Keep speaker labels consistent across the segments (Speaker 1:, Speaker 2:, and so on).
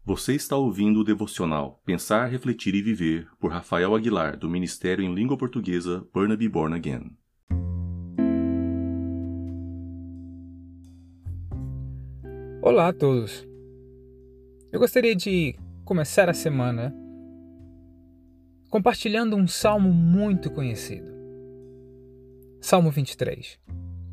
Speaker 1: Você está ouvindo o devocional Pensar, Refletir e Viver, por Rafael Aguilar, do Ministério em Língua Portuguesa Burnaby Born Again.
Speaker 2: Olá a todos! Eu gostaria de começar a semana compartilhando um salmo muito conhecido. Salmo 23.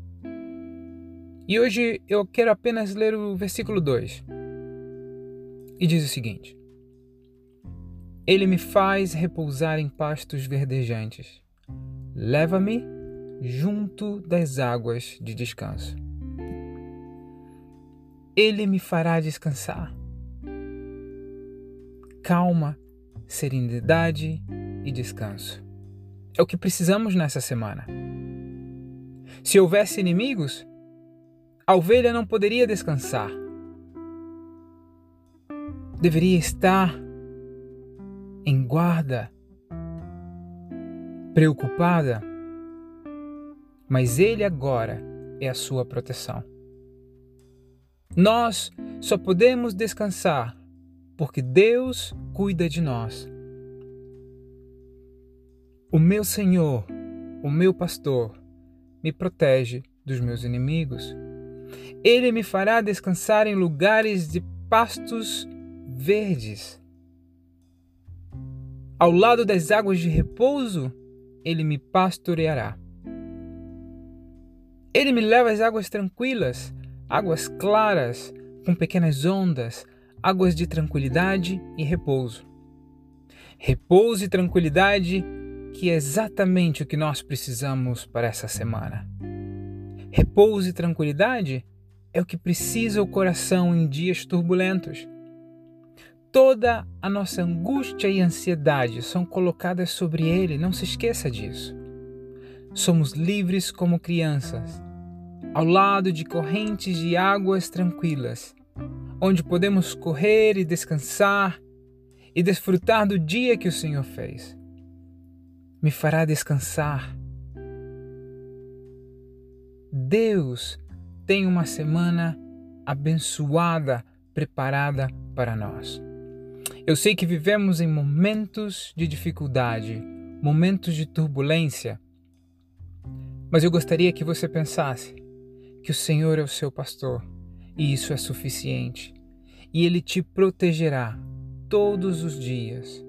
Speaker 2: E hoje eu quero apenas ler o versículo 2. E diz o seguinte: Ele me faz repousar em pastos verdejantes. Leva-me junto das águas de descanso. Ele me fará descansar. Calma, serenidade e descanso. É o que precisamos nessa semana. Se houvesse inimigos, a ovelha não poderia descansar. Deveria estar em guarda, preocupada, mas Ele agora é a sua proteção. Nós só podemos descansar porque Deus cuida de nós. O meu Senhor, o meu pastor, me protege dos meus inimigos. Ele me fará descansar em lugares de pastos verdes. Ao lado das águas de repouso, Ele me pastoreará. Ele me leva às águas tranquilas, águas claras, com pequenas ondas, águas de tranquilidade e repouso. Repouso e tranquilidade, que é exatamente o que nós precisamos para essa semana. Repouso e tranquilidade é o que precisa o coração em dias turbulentos. Toda a nossa angústia e ansiedade são colocadas sobre Ele, não se esqueça disso. Somos livres como crianças, ao lado de correntes de águas tranquilas, onde podemos correr e descansar e desfrutar do dia que o Senhor fez. Me fará descansar. Deus tem uma semana abençoada preparada para nós. Eu sei que vivemos em momentos de dificuldade, momentos de turbulência, mas eu gostaria que você pensasse que o Senhor é o seu pastor e isso é suficiente, e Ele te protegerá todos os dias.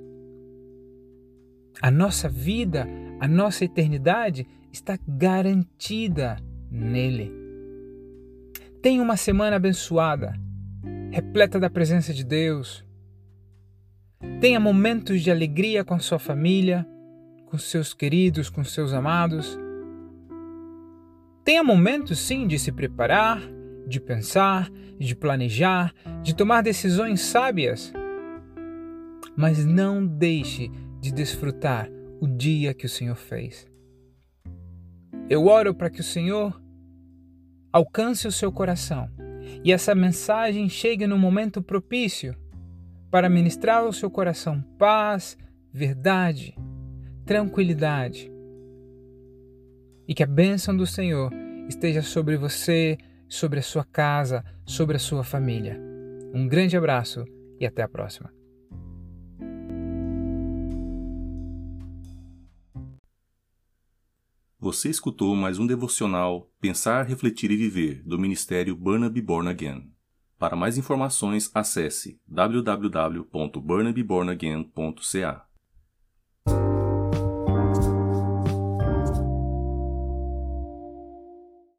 Speaker 2: A nossa vida, a nossa eternidade está garantida nele. Tenha uma semana abençoada, repleta da presença de Deus. Tenha momentos de alegria com a sua família, com seus queridos, com seus amados. Tenha momentos, sim, de se preparar, de pensar, de planejar, de tomar decisões sábias. Mas não deixe de desfrutar o dia que o Senhor fez. Eu oro para que o Senhor alcance o seu coração e essa mensagem chegue no momento propício para ministrar ao seu coração paz, verdade, tranquilidade. E que a bênção do Senhor esteja sobre você, sobre a sua casa, sobre a sua família. Um grande abraço e até a próxima.
Speaker 1: Você escutou mais um devocional Pensar, Refletir e Viver, do Ministério Burnaby Born Again. Para mais informações, acesse www.burnabybornagain.ca.